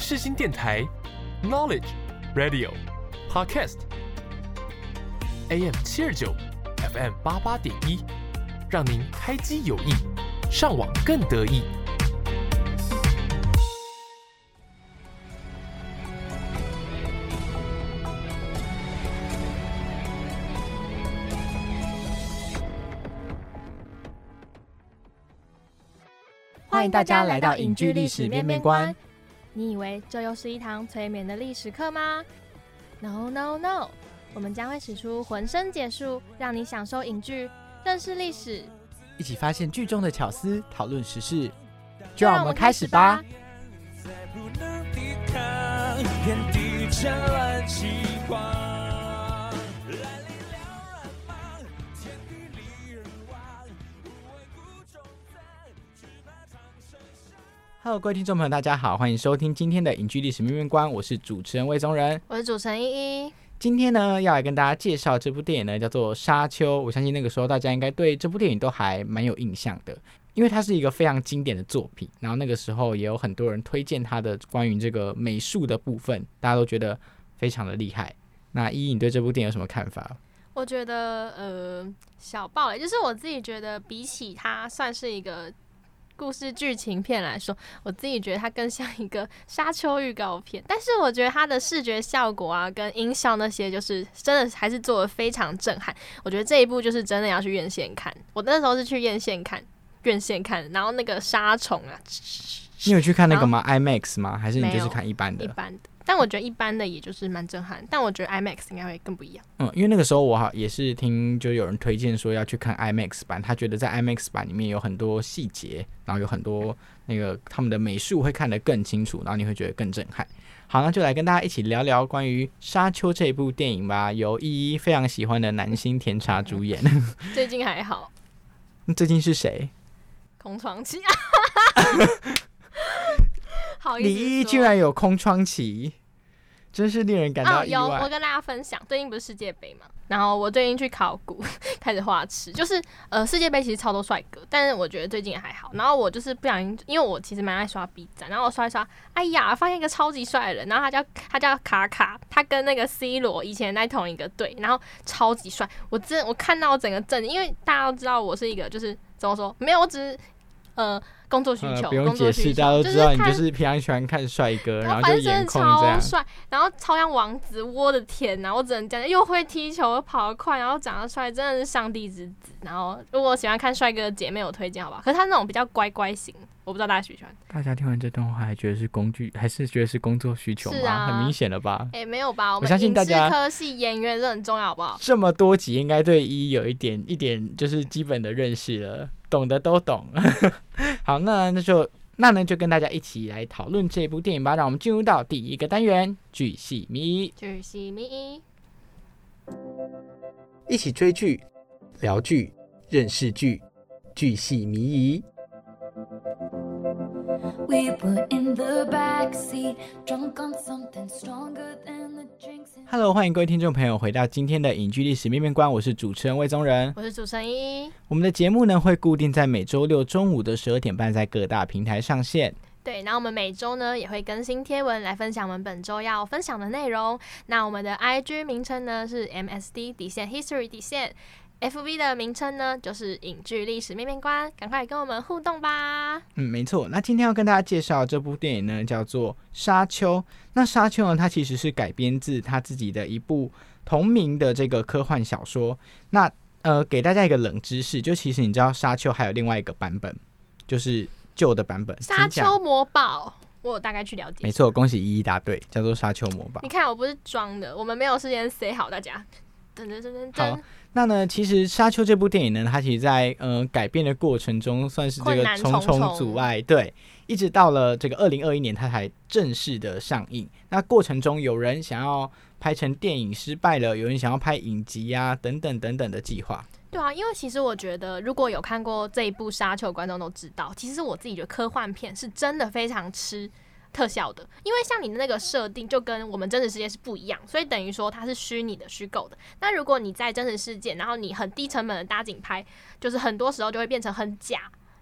世新电台 Knowledge Radio Podcast AM 729 FM 88.1，让您开机有益，上网更得意。 欢迎大家来到影剧历史面面观。 你以为这又是一堂催眠的历史课吗？ No No No， 我们将会使出浑身解数，让你享受影剧，认识历史， 一起发现剧中的巧思，讨论时事。就让我们开始吧。 再不能抵抗遍地战乱气狂，来力了乱芒，天地里人亡，无畏苦中藏，只怕苍生伤。 Hello， 各位听众朋友，大家好，欢迎收听今天的影剧历史面面观，我是主持人魏宗仁， 我是主持人依依。 今天呢，要来跟大家介绍这部电影呢，叫做《沙丘》。我相信那个时候大家应该对这部电影都还蛮有印象的，因为它是一个非常经典的作品。然后那个时候也有很多人推荐它的关于这个美术的部分，大家都觉得非常的厉害。那依依，你对这部电影有什么看法？ 我觉得小爆雷，就是我自己觉得比起它算是一个故事剧情片来说，我自己觉得它更像一个沙丘预告片，但是我觉得它的视觉效果啊跟音效那些就是真的还是做得非常震撼。我觉得这一部就是真的要去院线看，我那时候是去院线看，然后那个沙虫啊， 你有去看那个吗 ？IMAX 吗？还是你就是看一般的？ 一般的，但我觉得一般的也就是蛮震撼，但我觉得 IMAX 应该会更不一样。 因为那个时候我也是听就有人推荐说要去看 IMAX 版，他觉得在 IMAX 版里面有很多细节，然后有很多那个他们的美术会看得更清楚，然后你会觉得更震撼。好，那就来跟大家一起聊聊关于《沙丘》这一部电影吧，由依依非常喜欢的南星甜茶主演。 最近还好。 最近是谁？ 空窗期。好意思说， 李依依居然有空窗期，真是令人感到意外。 有，我跟大家分享，最近不是世界杯嘛，然后我最近去考古，开始画痴，就是世界杯其实超多帅哥，但是我觉得最近也还好。然后我就是不小心，因为我其实蛮爱刷 B 站，然后我刷一刷，哎呀，发现一个超级帅的人，然后他叫卡卡，他跟那个 C 罗以前在同一个队，然后超级帅，我看到整个阵，因为大家都知道我是一个就是怎么说，没有，我只是工作需求， 不用解释，大家都知道你就是平常喜欢看帅哥，然后就眼控这样。 超帅，然后超像王子，我的天哪！我只能讲，又会踢球，又跑得快，然后长得帅，真的是上帝之子。然后，如果喜欢看帅哥的姐妹，我推荐好不好？可是他那种比较乖乖型，我不知道大家喜不喜欢。 大家听完这段话，还觉得是工具，还是觉得是工作需求吗？ 是啊， 很明显了吧？ 没有吧？ 我相信大家影视科系演员是很重要，好不好？ 这么多集，应该对依依有一点就是基本的认识了，懂的都懂。好，那就跟大家一起来讨论这部电影吧。让我们进入到第一个单元——剧系迷疑。 剧系迷疑， 一起追剧、聊剧、认识剧，剧系迷疑。Hello， 欢迎各位听众朋友回到今天的影剧历史面面观，我是主持人魏宗仁， 我是主持人依依。 我们的节目呢会固定在每周六中午的12点半在各大平台上线。 对，那我们每周呢也会更新贴文来分享我们本周要分享的内容。那我们的 IG 名称呢是 MSD_History_FB 的名称呢就是影剧历史面面观，赶快跟我们互动吧。 没错。那今天要跟大家介绍这部电影呢叫做《沙丘》。那《沙丘》呢，它其实是改编自他自己的一部同名的这个科幻小说。那给大家一个冷知识，就其实你知道《沙丘》还有另外一个版本，就是旧的版本， 沙丘魔堡，我有大概去了解。 没错，恭喜依依答对，叫做沙丘魔堡。 你看我不是装的，我们没有事先 say 好，大家。 好，那呢，其实《沙丘》这部电影呢，它其实在改编的过程中，算是这个重重阻碍，对，一直到了这个2021年，它才正式的上映。那过程中，有人想要拍成电影失败了，有人想要拍影集啊，等等等等的计划。 对啊，因为其实我觉得，如果有看过这一部《沙丘》的观众都知道，其实我自己觉得科幻片是真的非常吃特效的，因为像你的那个设定就跟我们真实世界是不一样，所以等于说它是虚拟的、虚构的。那如果你在真实世界，然后你很低成本的搭景拍，就是很多时候就会变成很假。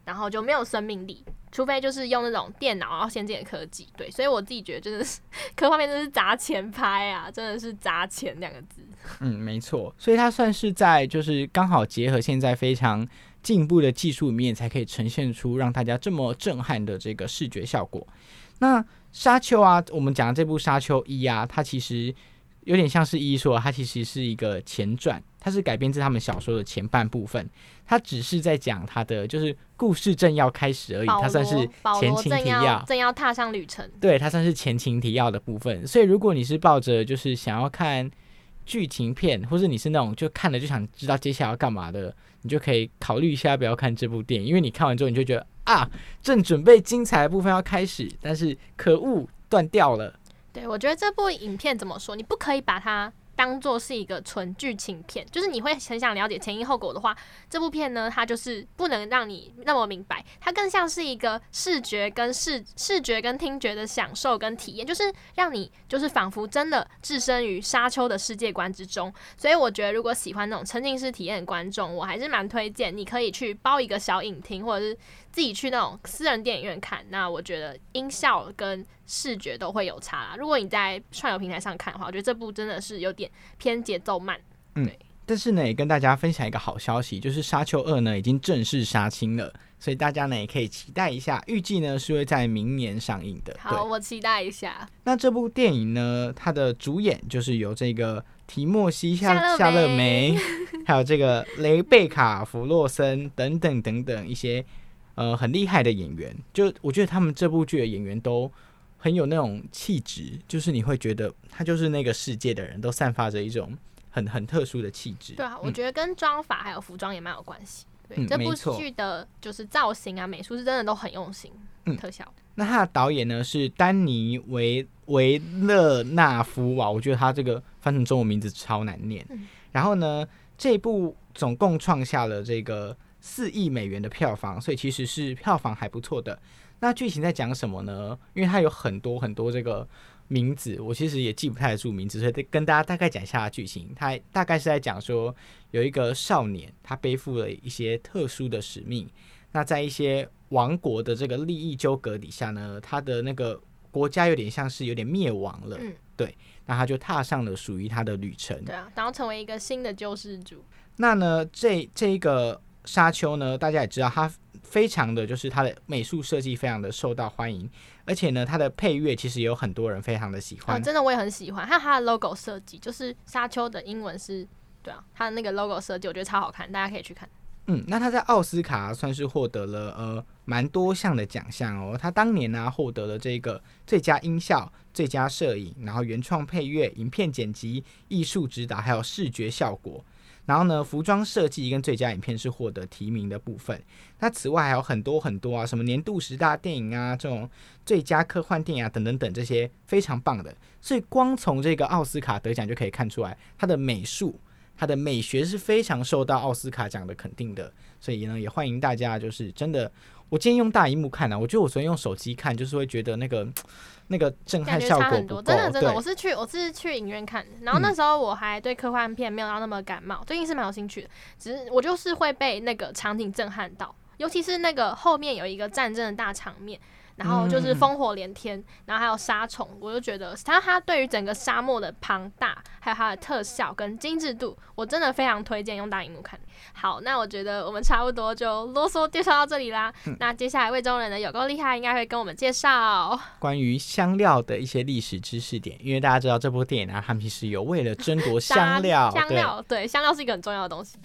然后就没有生命力，除非就是用那种电脑然后先进的科技。对，所以我自己觉得真的是科幻片真的是砸钱拍啊，真的是砸钱2个字。 没错，所以它算是在就是刚好结合现在非常进步的技术里面，才可以呈现出让大家这么震撼的这个视觉效果。那沙丘啊，我们讲的这部沙丘1啊，它其实有点像是一说，它其实是一个前传，它是改编自他们小说的前半部分，它只是在讲它的就是故事正要开始而已，它算是前情提要， 正要踏上旅程。 对，它算是前情提要的部分。所以如果你是抱着就是想要看剧情片，或者你是那种就看了就想知道接下来要干嘛的，你就可以考虑一下要不要看这部电影，因为你看完之后你就觉得啊，正准备精彩的部分要开始，但是可恶断掉了。 对，我觉得这部影片怎么说，你不可以把它当作是一个纯剧情片，就是你会很想了解前因后果的话，这部片呢，它就是不能让你那么明白，它更像是一个视觉跟听觉的享受跟体验，就是让你就是仿佛真的置身于沙丘的世界观之中。所以我觉得，如果喜欢那种沉浸式体验的观众，我还是蛮推荐你可以去包一个小影厅，或者是自己去那种私人电影院看。那我觉得音效跟视觉都会有差啦。如果你在串流平台上看的话，我觉得这部真的是有点偏节奏慢。对， 但是呢，也跟大家分享一个好消息，就是《沙丘2》呢已经正式杀青了，所以大家呢也可以期待一下，预计呢是会在明年上映的。 好，我期待一下。 那这部电影呢，它的主演就是由这个提莫西·夏勒梅，还有这个雷贝卡·弗洛森等等等等一些很厉害的演员。就我觉得他们这部剧的演员都很有那种气质，就是你会觉得他就是那个世界的人，都散发着一种很特殊的气质。 对啊，我觉得跟妆法还有服装也蛮有关系。对，这部剧的就是造型啊、美术是真的都很用心，特效。 那他的导演呢是丹尼维勒纳夫啊，我觉得他这个翻成中文名字超难念。然后呢，这一部总共创下了这个4亿美元的票房，所以其实是票房还不错的。那剧情在讲什么呢？因为它有很多很多这个名字，我其实也记不太住名字，所以跟大家大概讲一下剧情。它大概是在讲说，有一个少年，他背负了一些特殊的使命。那在一些王国的这个利益纠葛底下呢，他的那个国家有点像是有点灭亡了。对，那他就踏上了属于他的旅程。 对啊，然后成为一个新的救世主。 那呢，这一个沙丘呢，大家也知道，它非常的就是它的美术设计非常的受到欢迎，而且呢，它的配乐其实也有很多人非常的喜欢。 真的我也很喜欢，还有它的 logo 设计，就是沙丘的英文是，对啊，它的那个 logo 设计我觉得超好看，大家可以去看。 那他在奥斯卡算是获得了蛮多项的奖项哦。他当年呢获得了这个最佳音效、最佳摄影，然后原创配乐、影片剪辑、艺术指导，还有视觉效果。然后呢，服装设计跟最佳影片是获得提名的部分。那此外还有很多很多啊，什么年度10大电影啊，这种最佳科幻电影啊，等等等这些非常棒的。所以光从这个奥斯卡得奖就可以看出来，它的美术、它的美学是非常受到奥斯卡奖的肯定的。所以呢，也欢迎大家就是真的，我今天用大萤幕看啊，我觉得我昨天用手机看，就是会觉得那个震撼效果不够。 真的，我是去影院看的，然后那时候我还对科幻片没有到那么感冒，最近是蛮有兴趣的，只是我就是会被那个场景震撼到，尤其是那个后面有一个战争的大场面。然后就是烽火连天，然后还有沙虫，我就觉得它对于整个沙漠的庞大，还有它的特效跟精致度，我真的非常推荐用大荧幕看。好，那我觉得我们差不多就啰嗦介绍到这里啦。那接下来魏中人的有够厉害，应该会跟我们介绍关于香料的一些历史知识点，因为大家知道这部电影啊，他们其实有为了争夺香料， 对，香料是一个很重要的东西。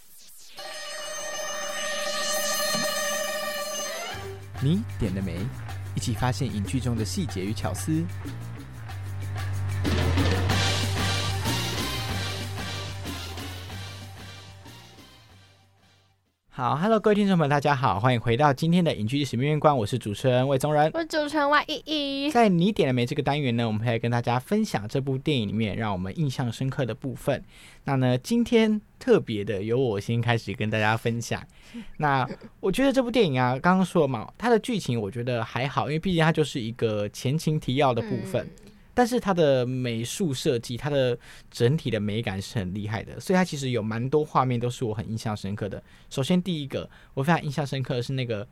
你点了没？一起发现影剧中的细节与巧思。好 ，Hello， 各位听众朋友，大家好，欢迎回到今天的影剧历史面面观，我是主持人魏宗仁， 我是主持人Y依依。 在你点了没这个单元呢，我们会跟大家分享这部电影里面让我们印象深刻的部分。那呢，今天特别的由我先开始跟大家分享。那我觉得这部电影啊，刚刚说了嘛，它的剧情我觉得还好，因为毕竟它就是一个前情提要的部分。但是它的美术设计，它的整体的美感是很厉害的，所以它其实有蛮多画面都是我很印象深刻的。首先第一个我非常印象深刻的是那个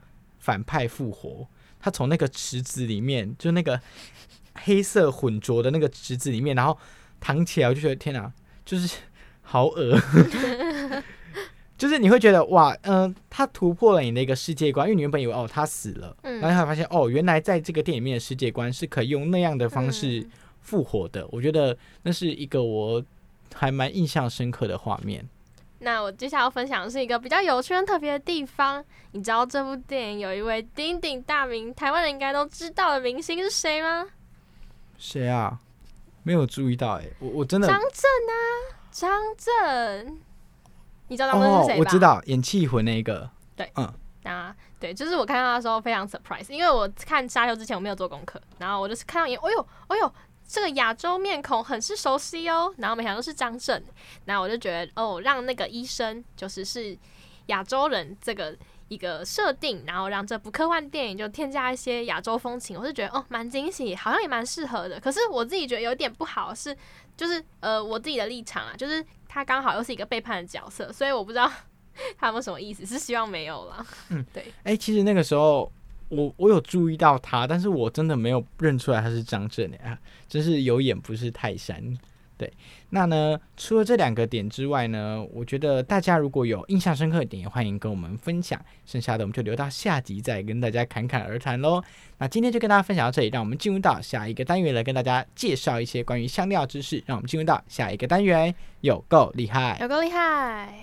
反派复活，他从那个池子里面，就那个黑色混浊的那个池子里面，然后躺起来，我就觉得天哪，就是好恶。就是你会觉得哇，他突破了你的一个世界观，因为你原本以为哦他死了，然后才发现哦，原来在这个电影里面的世界观是可以用那样的方式复活的。我觉得那是一个我还蛮印象深刻的画面。 那我接下来要分享的是一个比较有趣跟特别的地方。你知道这部电影有一位鼎鼎大名，台湾人应该都知道的明星是谁吗？ 谁啊？没有注意到我真的。 张震啊，张震。你知道张震是谁吧？ 我知道，演《气魂》那个。 对，对，就是我看到他的时候非常 surprise， 因为我看《沙丘》之前我没有做功课，然后我就是看到哎呦，这个亚洲面孔很是熟悉哦，然后没想到是张震，然后我就觉得让那个医生是亚洲人这个一个设定，然后让这部科幻电影就添加一些亚洲风情，我是觉得蛮惊喜，好像也蛮适合的。可是我自己觉得有点不好的是，就是我自己的立场啊，就是他刚好又是一个背叛的角色，所以我不知道他有没有什么意思，是希望没有啦。对。 其实那个时候我有注意到他，但是我真的没有认出来他是张震真是有眼不识泰山。对，那呢，除了这2个点之外呢，我觉得大家如果有印象深刻的点，也欢迎跟我们分享，剩下的我们就留到下集再跟大家侃侃而谈咯。那今天就跟大家分享到这里，让我们进入到下一个单元来跟大家介绍一些关于香料知识。让我们进入到下一个单元，有够厉害， 有够厉害，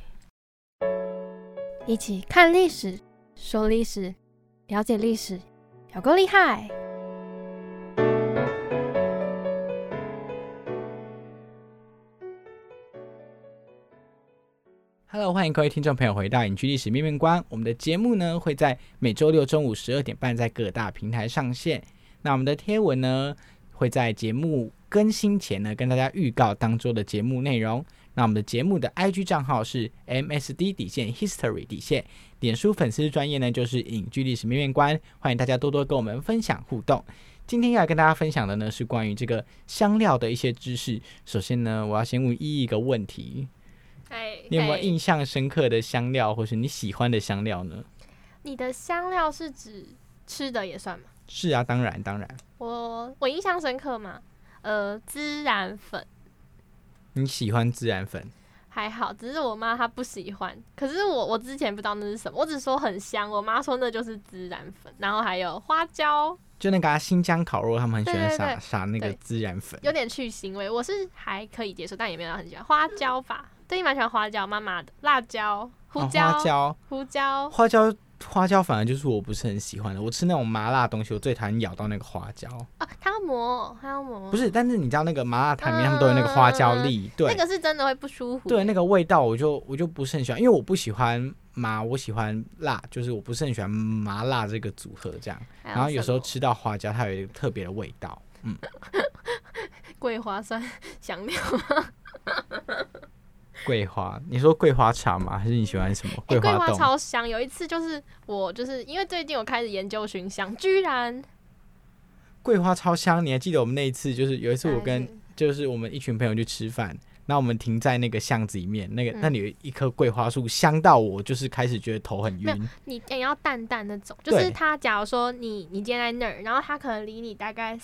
一起看历史，说历史，了解历史，有够厉害。 Hello， 欢迎各位听众朋友回到影剧历史面面观。我们的节目呢会在每周六中午12点半在各大平台上线。那我们的贴文呢会在节目更新前呢跟大家预告当周的节目内容。那我们的节目的 IG 账号是 MSD_History_，脸书粉丝专页呢就是影剧历史面面观，欢迎大家多多跟我们分享互动。今天要跟大家分享的呢是关于这个香料的一些知识。首先呢，我要先问依依一个问题。你有没有印象深刻的香料，或是你喜欢的香料呢？ 你的香料是指吃的也算吗？ 是啊，当然。 我印象深刻吗？孜然粉。 你喜欢孜然粉？ 还好，只是我妈她不喜欢。可是我之前不知道那是什么，我只说很香，我妈说那就是孜然粉，然后还有花椒。就那个新疆烤肉，他们很喜欢撒那个孜然粉， 有点去腥味，我是还可以接受，但也没有很喜欢。花椒吧。最近蛮喜欢花椒，妈妈的辣椒、胡椒、 花椒反而就是我不是很喜欢的。我吃那种麻辣的东西，我最讨厌咬到那个花椒啊，它要磨。 不是，但是你知道那个麻辣烫里面他们都有那个花椒粒，对， 那个是真的会不舒服。 对，那个味道我就不是很喜欢，因为我不喜欢麻，我喜欢辣，就是我不是很喜欢麻辣这个组合这样。然后有时候吃到花椒，它有一个特别的味道。 桂花算香料吗？ 桂花，你说桂花茶吗？还是你喜欢什么？桂花冻超香。有一次我因为最近我开始研究熏香，居然桂花超香。你还记得我们那一次，就是有一次我跟就是我们一群朋友去吃饭，那我们停在那个巷子里面，那里有一棵桂花树，香到我就是开始觉得头很晕。 你要淡淡那种，就是它假如说你今天在那儿，然后它可能离你大概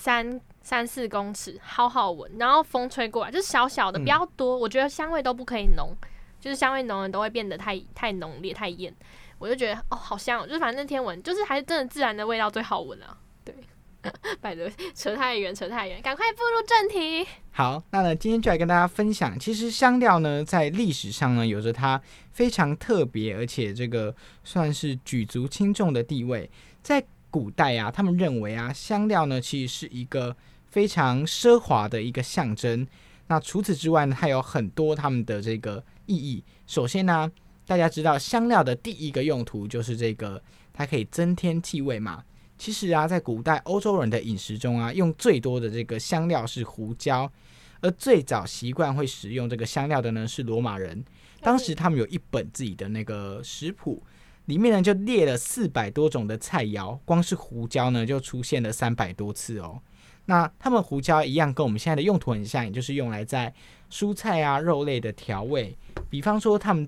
3-4公尺，好好闻，然后风吹过来，就是小小的，不要多。我觉得香味都不可以浓，就是香味浓的都会变得太浓烈、太艳。我就觉得好香，就是反正那天闻，就是还是真的自然的味道最好闻啊。对，拜托，扯太远，赶快步入正题。 好，那呢，今天就来跟大家分享，其实香料呢，在历史上呢，有着它非常特别，而且这个算是举足轻重的地位。在古代啊，他们认为啊，香料呢，其实是一个非常奢华的一个象征。那除此之外呢，它有很多他们的这个意义。首先呢，大家知道香料的第一个用途就是这个，它可以增添气味嘛。其实啊，在古代欧洲人的饮食中啊，用最多的这个香料是胡椒，而最早习惯会使用这个香料的呢是罗马人。当时他们有一本自己的那个食谱，里面呢就列了400多种的菜肴，光是胡椒呢就出现了300多次哦。那他们胡椒一样跟我们现在的用途很像，也就是用来在蔬菜啊肉类的调味。比方说他们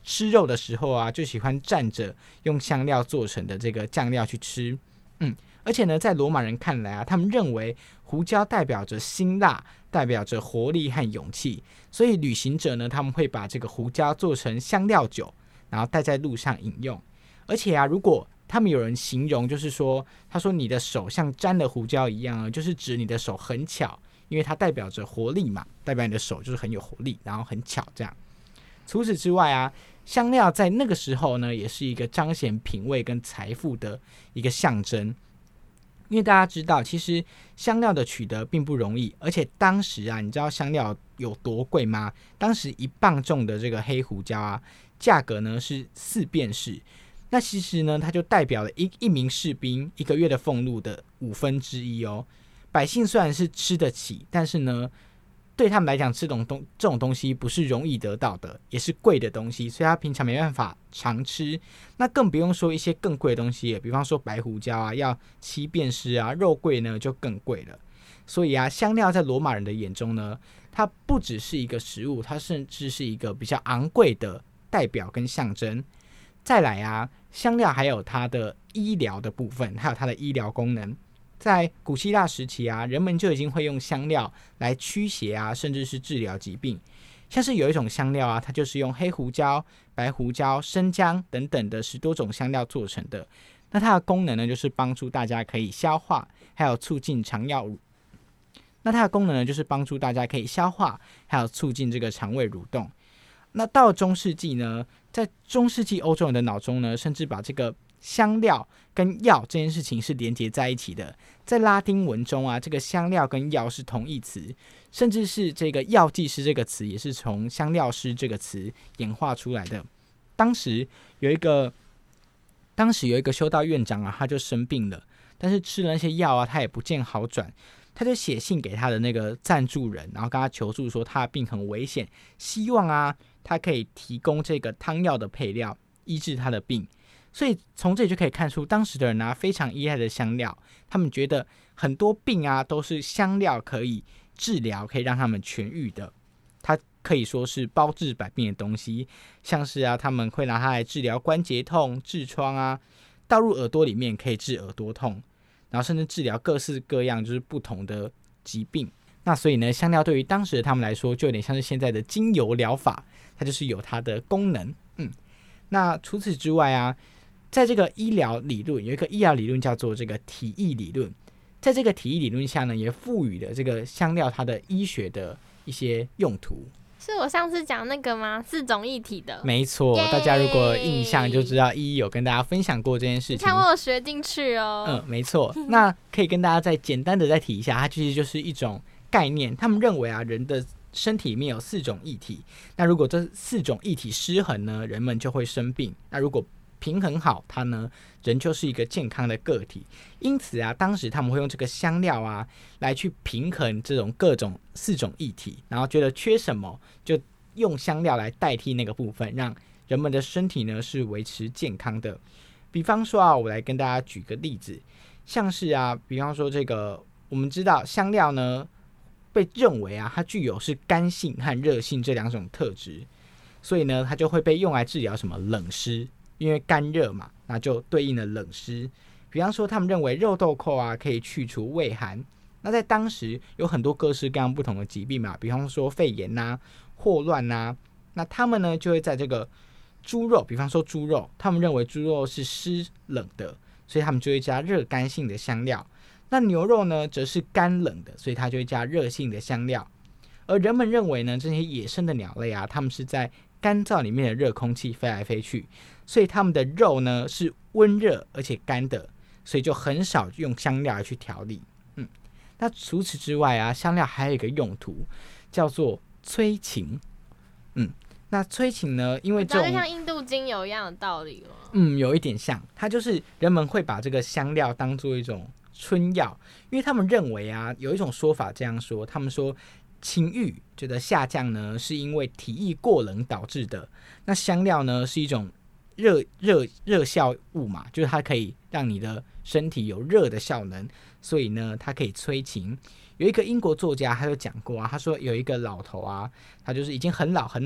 吃肉的时候啊，就喜欢蘸着用香料做成的这个酱料去吃。而且呢，在罗马人看来啊，他们认为胡椒代表着辛辣，代表着活力和勇气，所以旅行者呢，他们会把这个胡椒做成香料酒，然后带在路上饮用。而且啊，如果他们有人形容，就是说，他说你的手像沾了胡椒一样，就是指你的手很巧，因为它代表着活力嘛，代表你的手就是很有活力，然后很巧这样。除此之外啊，香料在那个时候呢，也是一个彰显品味跟财富的一个象征。因为大家知道，其实香料的取得并不容易，而且当时啊，你知道香料有多贵吗？当时1磅重的这个黑胡椒啊，价格呢是4便士。那其实呢，它就代表了一名士兵1个月的俸禄的1/5哦。百姓虽然是吃得起，但是呢，对他们来讲，吃这种东西不是容易得到的，也是贵的东西，所以他平常没办法常吃。那更不用说一些更贵的东西了，比方说白胡椒啊，要7便士啊，肉桂呢就更贵了。所以啊，香料在罗马人的眼中呢，它不只是一个食物，它甚至是一个比较昂贵的代表跟象征。再来啊，香料还有它的医疗的部分，还有它的医疗功能。在古希腊时期啊，人们就已经会用香料来驱邪啊，甚至是治疗疾病。像是有一种香料啊，它就是用黑胡椒、白胡椒、生姜等等的10多种香料做成的。那它的功能呢，就是帮助大家可以消化，还有促进肠药。那它的功能呢，就是帮助大家可以消化，还有促进这个肠胃蠕动。那到了中世纪呢，在中世纪欧洲人的脑中呢，甚至把这个香料跟药这件事情是连结在一起的。在拉丁文中啊，这个香料跟药是同义词，甚至是这个药剂师这个词也是从香料师这个词演化出来的。当时有一个修道院长啊，他就生病了，但是吃了那些药啊，他也不见好转。他就写信给他的那个赞助人，然后跟他求助说他的病很危险，希望啊他可以提供这个汤药的配料医治他的病。所以从这里就可以看出，当时的人啊非常依赖的香料，他们觉得很多病啊都是香料可以治疗，可以让他们痊愈的。它可以说是包治百病的东西，像是啊他们会拿它来治疗关节痛、痔疮啊，倒入耳朵里面可以治耳朵痛，然后甚至治疗各式各样就是不同的疾病。那所以呢，香料对于当时的他们来说，就有点像是现在的精油疗法，它就是有它的功能。那除此之外啊，在这个医疗理论有一个医疗理论叫做这个体液理论，在这个体液理论下呢，也赋予了这个香料它的医学的一些用途。 是我上次讲那个吗？4种一体的。 没错，大家如果印象就知道一有跟大家分享过这件事情。 你看我有学进去哦。 没错。那可以跟大家再简单的再提一下，它其实就是一种概念。他们认为啊，人的身体里面有4种液体，那如果这4种液体失衡呢，人们就会生病。那如果平衡好，它呢，人就是一个健康的个体。因此啊，当时他们会用这个香料啊，来去平衡这种各种4种液体，然后觉得缺什么，就用香料来代替那个部分，让人们的身体呢是维持健康的。比方说啊，我来跟大家举个例子，像是啊，比方说这个，我们知道香料呢，被认为啊，它具有是干性和热性这2种特质，所以呢，它就会被用来治疗什么冷湿。因为干热嘛，那就对应了冷湿。比方说他们认为肉豆蔻啊可以去除胃寒。那在当时有很多各式各样不同的疾病嘛，比方说肺炎啊、霍乱啊，那他们呢就会在这个猪肉，比方说猪肉，他们认为猪肉是湿冷的，所以他们就会加热干性的香料。那牛肉呢则是干冷的，所以它就会加热性的香料。而人们认为呢，这些野生的鸟类啊，它们是在干燥里面的热空气飞来飞去，所以它们的肉呢是温热而且干的，所以就很少用香料来去调理。那除此之外啊，香料还有一个用途叫做催情。那催情呢，因为这种就像印度精油一样的道理了。 有一点像，它就是人们会把这个香料当做一种春药，因为他们认为啊，有一种说法这样说，他们说情欲觉得下降呢，是因为体液过冷导致的。那香料呢，是一种热效物嘛，就是它可以让你的身体有热的效能，所以呢，它可以催情。有一个英国作家他就讲过啊，他说有一个老头啊，他就是已经很老很老了，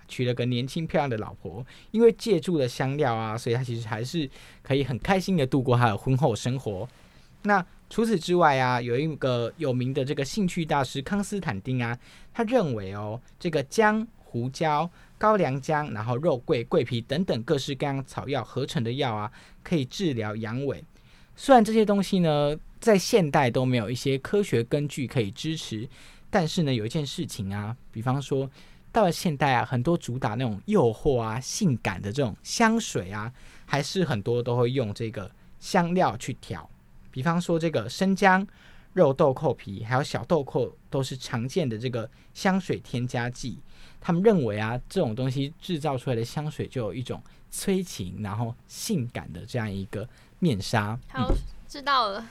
娶了个年轻漂亮的老婆，因为借助了香料啊，所以他其实还是可以很开心的度过他的婚后生活。那除此之外啊，有一个有名的这个兴趣大师康斯坦丁啊，他认为这个姜、胡椒、高粱姜，然后肉桂、桂皮等等各式各样草药合成的药啊，可以治疗阳痿。虽然这些东西呢，在现代都没有一些科学根据可以支持，但是呢，有一件事情啊，比方说到了现代啊，很多主打那种诱惑啊、性感的这种香水啊，还是很多都会用这个香料去调。比方说这个生姜、肉豆蔻皮还有小豆蔻都是常见的这个香水添加剂。他们认为啊，这种东西制造出来的香水就有一种催情然后性感的这样一个面纱。 好，知道了。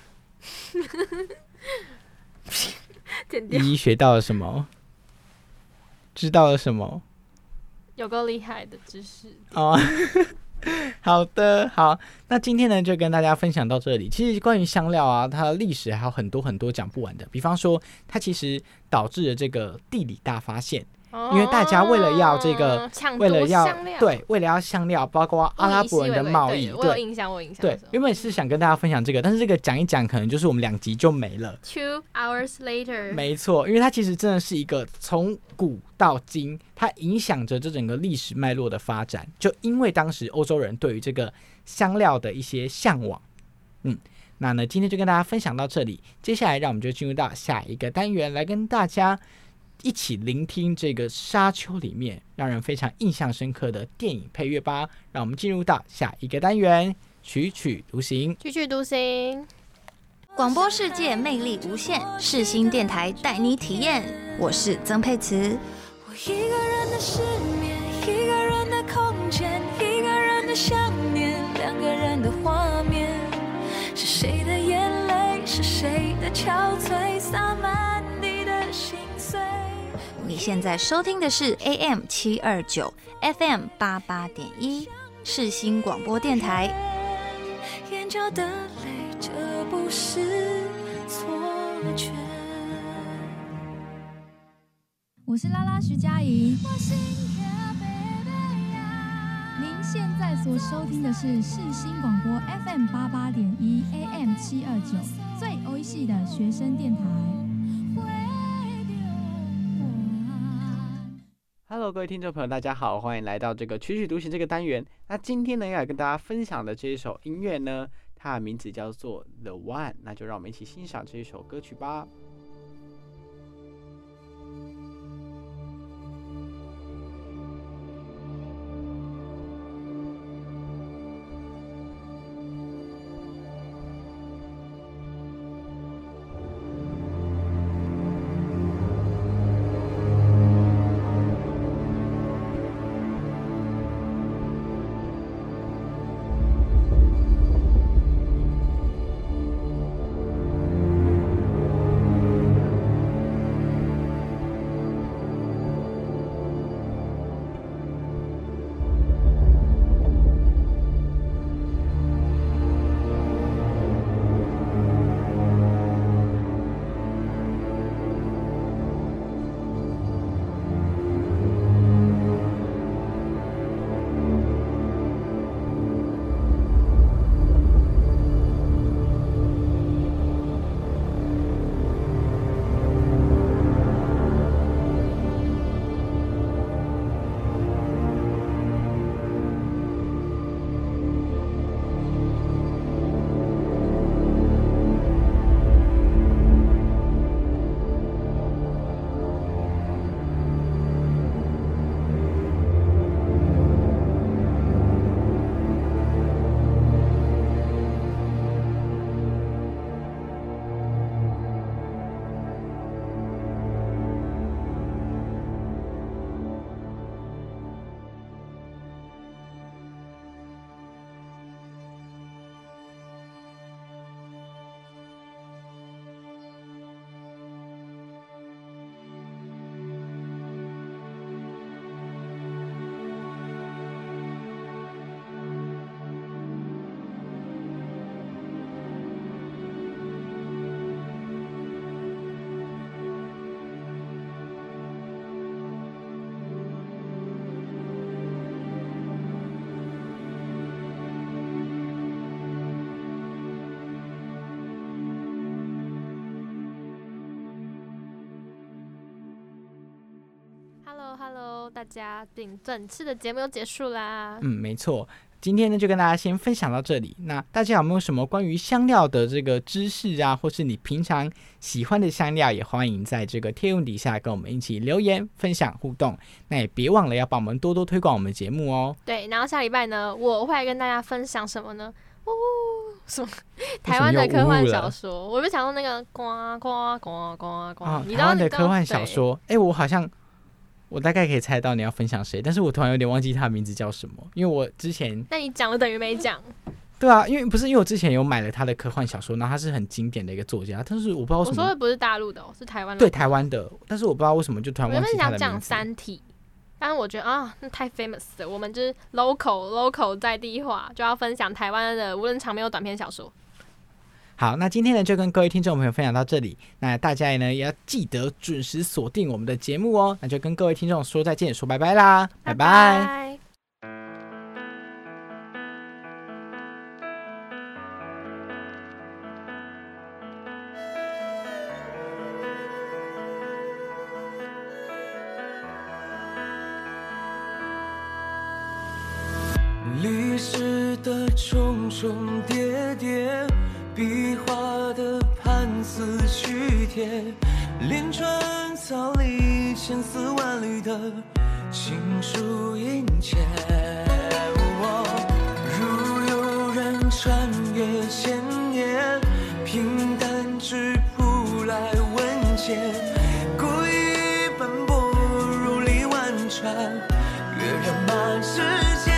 剪掉。 依依学到了什么？知道了什么？ 有够厉害的知识哦。好的，好，那今天呢就跟大家分享到这里。其实关于香料啊，它的历史还有很多很多讲不完的。比方说，它其实导致了这个地理大发现。因为大家为了要这个，为了要对，为了要香料，包括阿拉伯人的贸易， 我有印象， 对，原本是想跟大家分享这个，但是这个讲一讲，可能就是我们2集就没了。 2 hours later， 没错，因为它其实真的是一个从古到今，它影响着这整个历史脉络的发展。就因为当时欧洲人对于这个香料的一些向往，那呢，今天就跟大家分享到这里。接下来，让我们就进入到下一个单元，来跟大家一起聆听这个沙丘里面让人非常印象深刻的电影配乐吧。让我们进入到下一个单元，曲曲独行。 曲曲独行， 广播世界魅力无限，世新电台带你体验。我是曾沛慈。 我一个人的失眠，一个人的空间，一个人的想念，2个人的画面，是谁的眼泪，是谁的憔悴，洒满地的心碎。 你现在收听的是 AM729 FM88.1 世新广播电台。 眼角的泪，这不是错觉。 我是拉拉徐佳莹。您现在所收听的是世新广播 FM88.1 AM729 最欧系的学生电台。 Hello， 各位听众朋友，大家好，欢迎来到这个曲曲独行这个单元。那今天呢，要跟大家分享的这一首音乐呢，它的名字叫做 The One， 那就让我们一起欣赏这一首歌曲吧。 喽，大家本次的节目又结束啦。 没错。今天呢，就跟大家先分享到这里。那大家有没有什么关于香料的这个知识啊，或是你平常喜欢的香料，也欢迎在这个贴文底下跟我们一起留言、分享、互动。那也别忘了要帮我们多多推广我们的节目哦。 对，然后下礼拜呢，我会来跟大家分享什么呢？什么台湾的科幻小说？我就想到那个呱呱呱呱呱， 台湾的科幻小说。我好像。我大概可以猜到你要分享谁，但是我突然有点忘记他的名字叫什么，因为我之前…… 那你讲了等于没讲。 对啊，因为我之前有买了他的科幻小说，然后他是很经典的一个作家，但是我不知道为什么。 我说的不是大陆的是台湾的。 对，台湾的，但是我不知道为什么就突然忘记他的名字。 我原本想讲《三体》，但是我觉得那太 famous 了，我们就是 local 在地化，就要分享台湾的无论长篇或短篇小说。 好，那今天呢就跟各位听众朋友分享到这里，那大家呢也要记得准时锁定我们的节目哦，那就跟各位听众说再见，说拜拜啦，拜拜。 历史的重重叠叠，壁画的盘丝曲帖，连川草里千丝万缕的情书殷切。如有人穿越千年，平淡质朴来问笺，故意奔波如历万川，跃然满世界。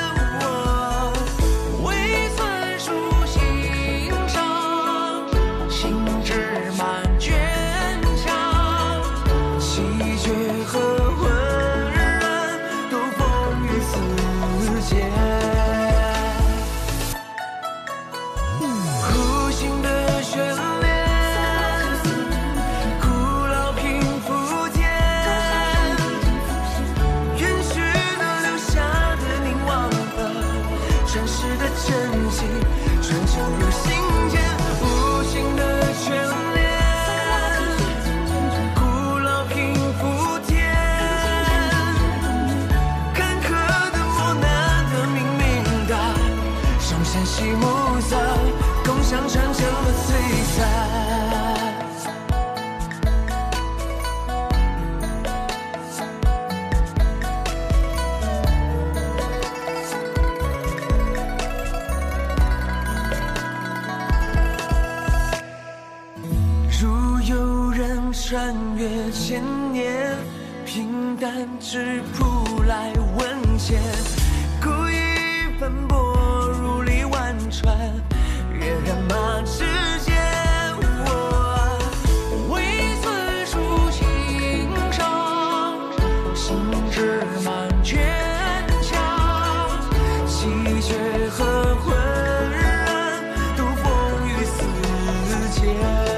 穿越千年，平淡质朴来问笺，故意奔波如历万川，跃然满世界。我为此抒情伤，心志满坚强，气绝和浑然都风雨四溅。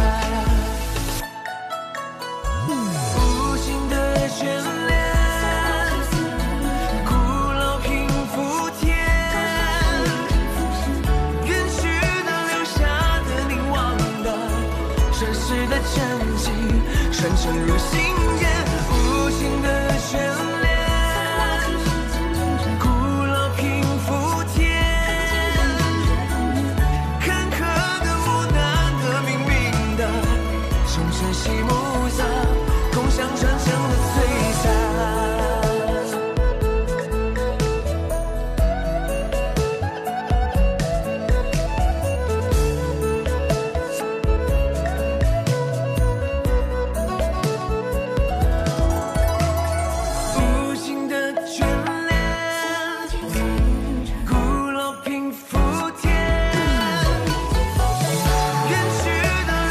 传承入心间，无情的眷恋，古老平伏天，坎坷的磨难的冥冥的，众生喜慕色，共享传承的璀璨。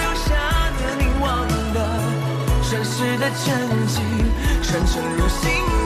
真迹传承入心。